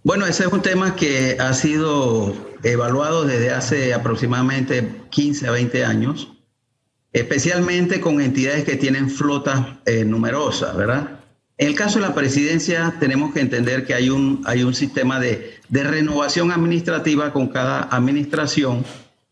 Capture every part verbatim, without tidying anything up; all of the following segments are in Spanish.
Bueno, ese es un tema que ha sido evaluado desde hace aproximadamente quince a veinte años, especialmente con entidades que tienen flotas eh, numerosas, ¿verdad? En el caso de la presidencia, tenemos que entender que hay un, hay un sistema de, de renovación administrativa con cada administración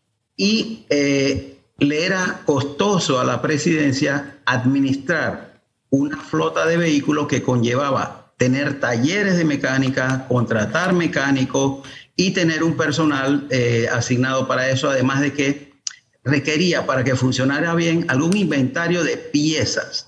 y eh, le era costoso a la presidencia administrar una flota de vehículos que conllevaba tener talleres de mecánica, contratar mecánicos y tener un personal eh, asignado para eso, además de que requería para que funcionara bien algún inventario de piezas.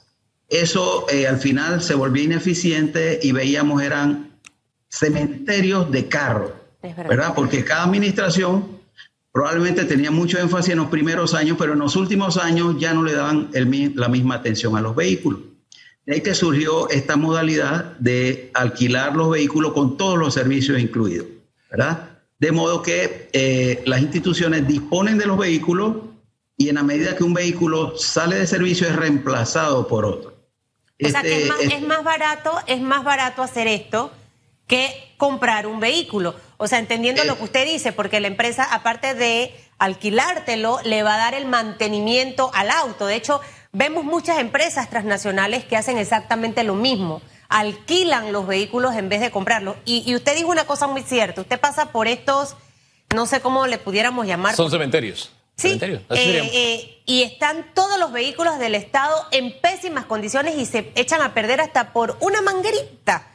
Eso eh, al final se volvió ineficiente y veíamos eran cementerios de carros, ¿verdad? Porque cada administración probablemente tenía mucho énfasis en los primeros años, pero en los últimos años ya no le daban el, la misma atención a los vehículos. De ahí que surgió esta modalidad de alquilar los vehículos con todos los servicios incluidos, ¿verdad? De modo que eh, las instituciones disponen de los vehículos y en la medida que un vehículo sale de servicio es reemplazado por otro. O sea que es más, es más barato, es más barato hacer esto que comprar un vehículo. O sea, entendiendo eh, lo que usted dice, porque la empresa, aparte de alquilártelo, le va a dar el mantenimiento al auto. De hecho, vemos muchas empresas transnacionales que hacen exactamente lo mismo. Alquilan los vehículos en vez de comprarlos. Y, y usted dijo una cosa muy cierta. Usted pasa por estos, no sé cómo le pudiéramos llamar. Son cementerios. Sí, cementerios. Eh, eh, y están todos los vehículos del Estado en pésimas condiciones y se echan a perder hasta por una manguerita.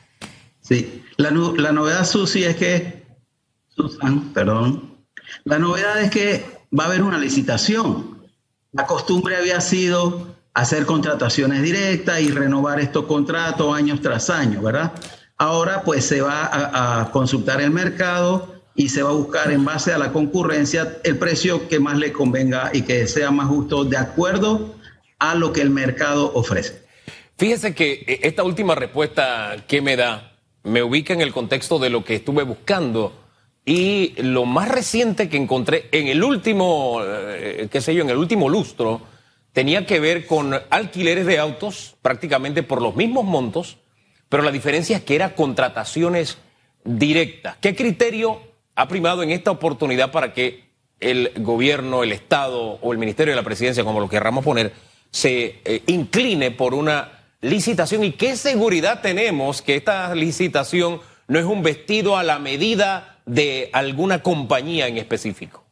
Sí, la, la novedad, Susi, es que, Susan, perdón, la novedad es que va a haber una licitación. La costumbre había sido hacer contrataciones directas y renovar estos contratos años tras año, ¿verdad? Ahora pues se va a, a consultar el mercado y se va a buscar en base a la concurrencia el precio que más le convenga y que sea más justo de acuerdo a lo que el mercado ofrece. Fíjese que esta última respuesta que me da me ubica en el contexto de lo que estuve buscando y lo más reciente que encontré en el último, eh, qué sé yo, en el último lustro, tenía que ver con alquileres de autos prácticamente por los mismos montos, pero la diferencia es que eran contrataciones directas. ¿Qué criterio ha primado en esta oportunidad para que el gobierno, el Estado o el Ministerio de la Presidencia, como lo querramos poner, se eh, incline por una licitación? ¿Y qué seguridad tenemos que esta licitación no es un vestido a la medida de alguna compañía en específico?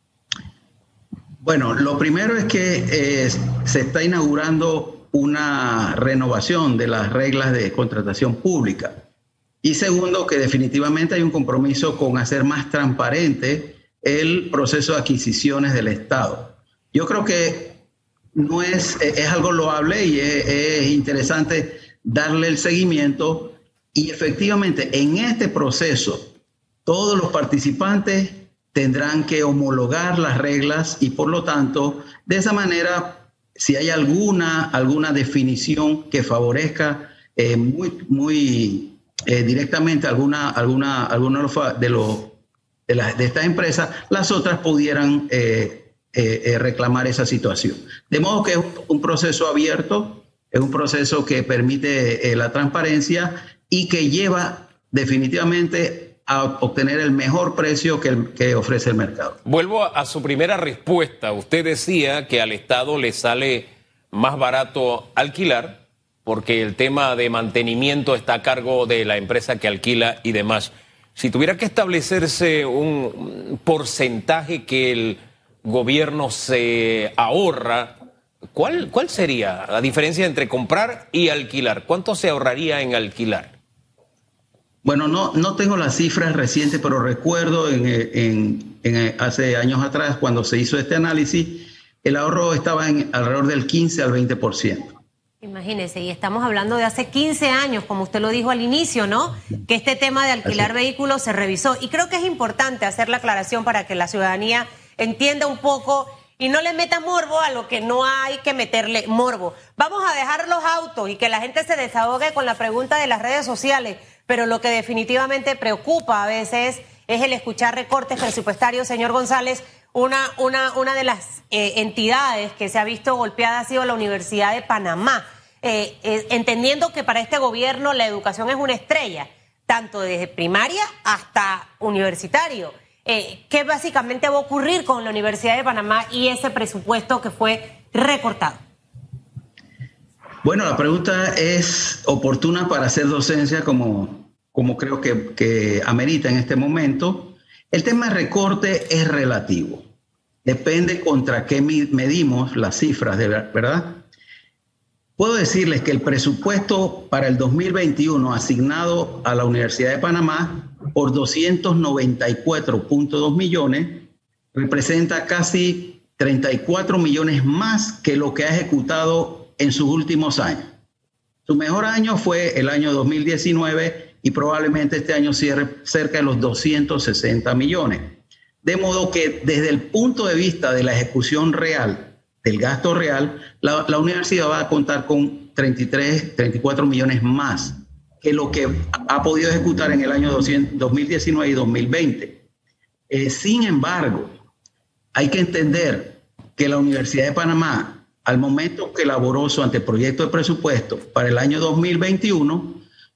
Bueno, lo primero es que eh, se está inaugurando una renovación de las reglas de contratación pública. Y segundo, que definitivamente hay un compromiso con hacer más transparente el proceso de adquisiciones del Estado. Yo creo que no es, es algo loable y es, es interesante darle el seguimiento y efectivamente en este proceso todos los participantes tendrán que homologar las reglas y por lo tanto de esa manera si hay alguna, alguna definición que favorezca eh, muy, muy eh, directamente alguna, alguna, alguna de, los, de, las, de estas empresas, las otras pudieran eh, Eh, eh, reclamar esa situación. De modo que es un, un proceso abierto, es un proceso que permite eh, la transparencia y que lleva definitivamente a obtener el mejor precio que, el, que ofrece el mercado. Vuelvo a, a su primera respuesta. Usted decía que al Estado le sale más barato alquilar porque el tema de mantenimiento está a cargo de la empresa que alquila y demás. Si tuviera que establecerse un porcentaje que el gobierno se ahorra, ¿cuál, cuál sería la diferencia entre comprar y alquilar? ¿Cuánto se ahorraría en alquilar? Bueno, no, no tengo las cifras recientes, pero recuerdo en, en, en hace años atrás, cuando se hizo este análisis, el ahorro estaba en alrededor del quince al veinte por ciento. Imagínese, y estamos hablando de hace quince años, como usted lo dijo al inicio, ¿no? Que este tema de alquilar vehículos se revisó. Y creo que es importante hacer la aclaración para que la ciudadanía entienda un poco y no le meta morbo a lo que no hay que meterle morbo. Vamos a dejar los autos y que la gente se desahogue con la pregunta de las redes sociales, pero lo que definitivamente preocupa a veces es el escuchar recortes presupuestarios. Señor González, una, una, una de las eh, entidades que se ha visto golpeada ha sido la Universidad de Panamá, eh, eh, entendiendo que para este gobierno la educación es una estrella. tanto desde primaria hasta universitario. Eh, ¿Qué básicamente va a ocurrir con la Universidad de Panamá y ese presupuesto que fue recortado? Bueno, la pregunta es oportuna para hacer docencia como, como creo que, que amerita en este momento. El tema de recorte es relativo. Depende contra qué medimos las cifras, de ¿verdad? Puedo decirles que el presupuesto para el dos mil veintiuno asignado a la Universidad de Panamá por doscientos noventa y cuatro punto dos millones representa casi treinta y cuatro millones más que lo que ha ejecutado en sus últimos años. Su mejor año fue el año dos mil diecinueve y probablemente este año cierre cerca de los doscientos sesenta millones. De modo que desde el punto de vista de la ejecución real, del gasto real, la, la universidad va a contar con treinta y tres, treinta y cuatro millones más que lo que ha podido ejecutar en el año dos mil diecinueve y dos mil veinte. Eh, sin embargo, hay que entender que la Universidad de Panamá, al momento que elaboró su anteproyecto de presupuesto para el año dos mil veintiuno,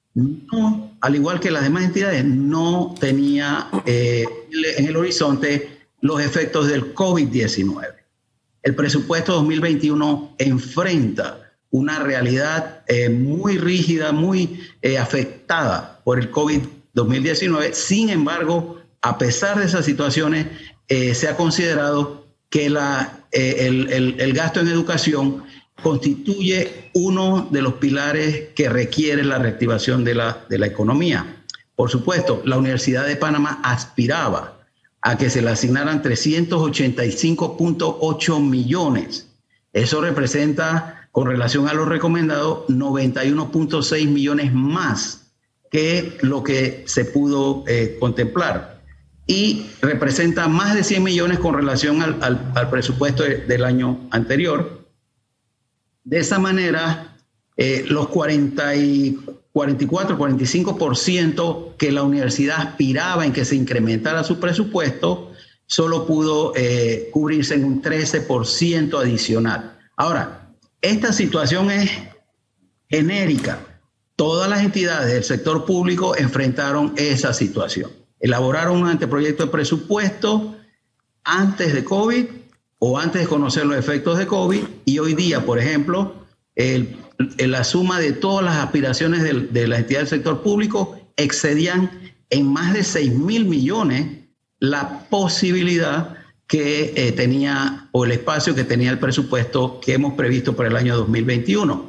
no, al igual que las demás entidades, no tenía eh, en el horizonte los efectos del COVID diecinueve. El presupuesto dos mil veintiuno enfrenta una realidad eh, muy rígida, muy eh, afectada por el COVID dos mil diecinueve. Sin embargo, a pesar de esas situaciones, eh, se ha considerado que la, eh, el, el, el gasto en educación constituye uno de los pilares que requiere la reactivación de la, de la economía. Por supuesto, la Universidad de Panamá aspiraba a que se le asignaran trescientos ochenta y cinco punto ocho millones. Eso representa, con relación a lo recomendado, noventa y uno punto seis millones más que lo que se pudo eh, contemplar. Y representa más de cien millones con relación al, al, al presupuesto de, del año anterior. De esa manera, eh, los cuarenta y cuatro, cuarenta y cinco por ciento que la universidad aspiraba en que se incrementara su presupuesto, solo pudo eh, cubrirse en un trece por ciento adicional. Ahora, esta situación es genérica. Todas las entidades del sector público enfrentaron esa situación. Elaboraron un anteproyecto de presupuesto antes de COVID o antes de conocer los efectos de COVID, y hoy día, por ejemplo, el la suma de todas las aspiraciones de, de la entidad del sector público excedían en más de seis mil millones la posibilidad que eh, tenía, o el espacio que tenía el presupuesto que hemos previsto para el año dos mil veintiuno.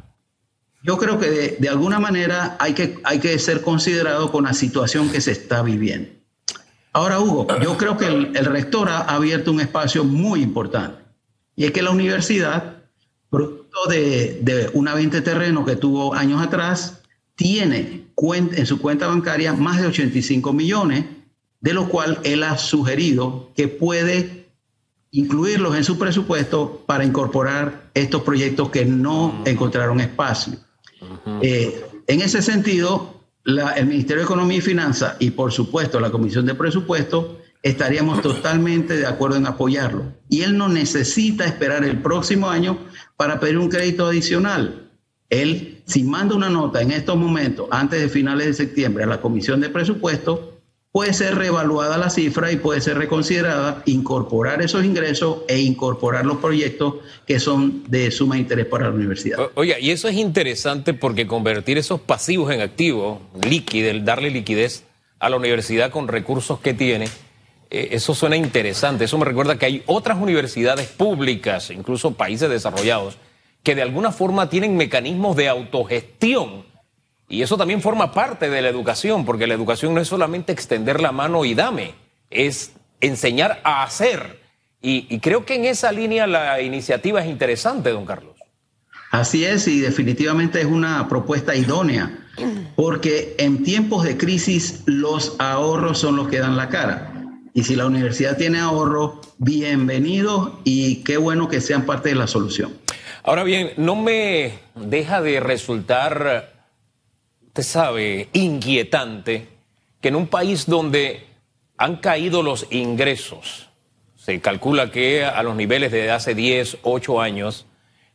Yo creo que de, de alguna manera hay que, hay que ser considerado con la situación que se está viviendo. Ahora, Hugo, yo creo que el, el rector ha abierto un espacio muy importante, y es que la universidad, producto de, de una venta de terreno que tuvo años atrás, tiene cuenta, en su cuenta bancaria más de ochenta y cinco millones, de lo cual él ha sugerido que puede incluirlos en su presupuesto para incorporar estos proyectos que no encontraron espacio. Uh-huh. Eh, en ese sentido, la, el Ministerio de Economía y Finanzas y, por supuesto, la Comisión de Presupuesto estaríamos totalmente de acuerdo en apoyarlo. Y él no necesita esperar el próximo año para pedir un crédito adicional. Él, si manda una nota en estos momentos, antes de finales de septiembre, a la Comisión de Presupuesto, puede ser reevaluada la cifra y puede ser reconsiderada, incorporar esos ingresos e incorporar los proyectos que son de suma interés para la universidad. O, oiga, y eso es interesante porque convertir esos pasivos en activos, líquido, darle liquidez a la universidad con recursos que tiene, eso suena interesante. Eso me recuerda que hay otras universidades públicas, incluso países desarrollados, que de alguna forma tienen mecanismos de autogestión. Y eso también forma parte de la educación, porque la educación no es solamente extender la mano y dame, es enseñar a hacer. Y, y creo que en esa línea la iniciativa es interesante, don Carlos. Así es, y definitivamente es una propuesta idónea, porque en tiempos de crisis los ahorros son los que dan la cara. Y si la universidad tiene ahorro, bienvenidos, y qué bueno que sean parte de la solución. Ahora bien, no me deja de resultar, usted sabe, inquietante que en un país donde han caído los ingresos, se calcula que a los niveles de hace diez, ocho años,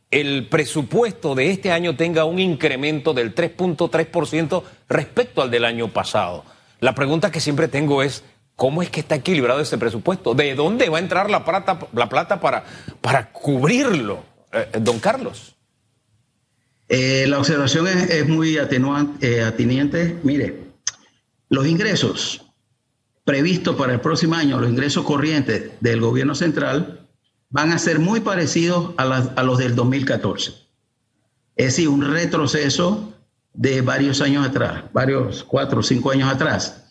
el presupuesto de este año tenga un incremento del tres punto tres por ciento respecto al del año pasado. La pregunta que siempre tengo es, ¿cómo es que está equilibrado ese presupuesto? ¿De dónde va a entrar la plata, la plata para, para cubrirlo, eh, don Carlos? Eh, la observación es, es muy atenuante, eh, ateniente. Mire, los ingresos previstos para el próximo año, los ingresos corrientes del gobierno central, van a ser muy parecidos a, la, a los del dos mil catorce. Es decir, un retroceso de varios años atrás, varios cuatro o cinco años atrás.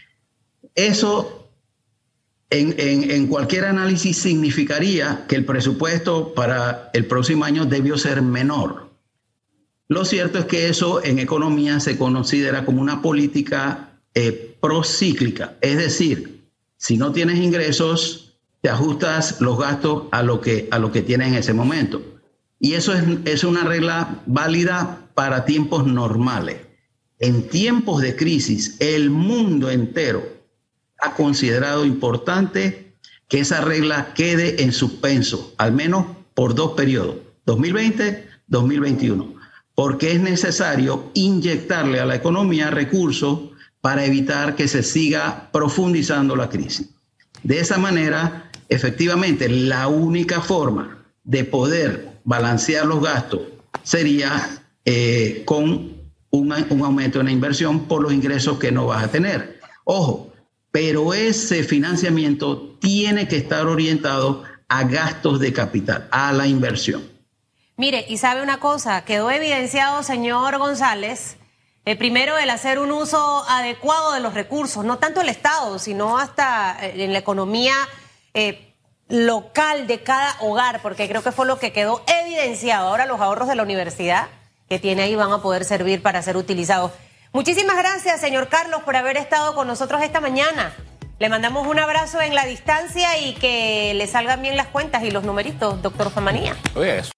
Eso, en, en, en cualquier análisis, significaría que el presupuesto para el próximo año debió ser menor. Lo cierto es que eso en economía se considera como una política eh, procíclica. Es decir, si no tienes ingresos, te ajustas los gastos a lo que, a lo que tienes en ese momento. Y eso es, es una regla válida para tiempos normales. En tiempos de crisis, el mundo entero ha considerado importante que esa regla quede en suspenso, al menos por dos periodos, dos mil veinte, dos mil veintiuno, porque es necesario inyectarle a la economía recursos para evitar que se siga profundizando la crisis. De esa manera, efectivamente, la única forma de poder balancear los gastos sería eh, con un, un aumento en la inversión por los ingresos que no vas a tener. Ojo, pero ese financiamiento tiene que estar orientado a gastos de capital, a la inversión. Mire, y sabe una cosa, quedó evidenciado, señor González, eh, primero el hacer un uso adecuado de los recursos, no tanto el Estado, sino hasta en la economía eh, local de cada hogar, porque creo que fue lo que quedó evidenciado. Ahora los ahorros de la universidad que tiene ahí van a poder servir para ser utilizados. Muchísimas gracias, señor Carlos, por haber estado con nosotros esta mañana. Le mandamos un abrazo en la distancia y que le salgan bien las cuentas y los numeritos, doctor Famanía. Oye, eso.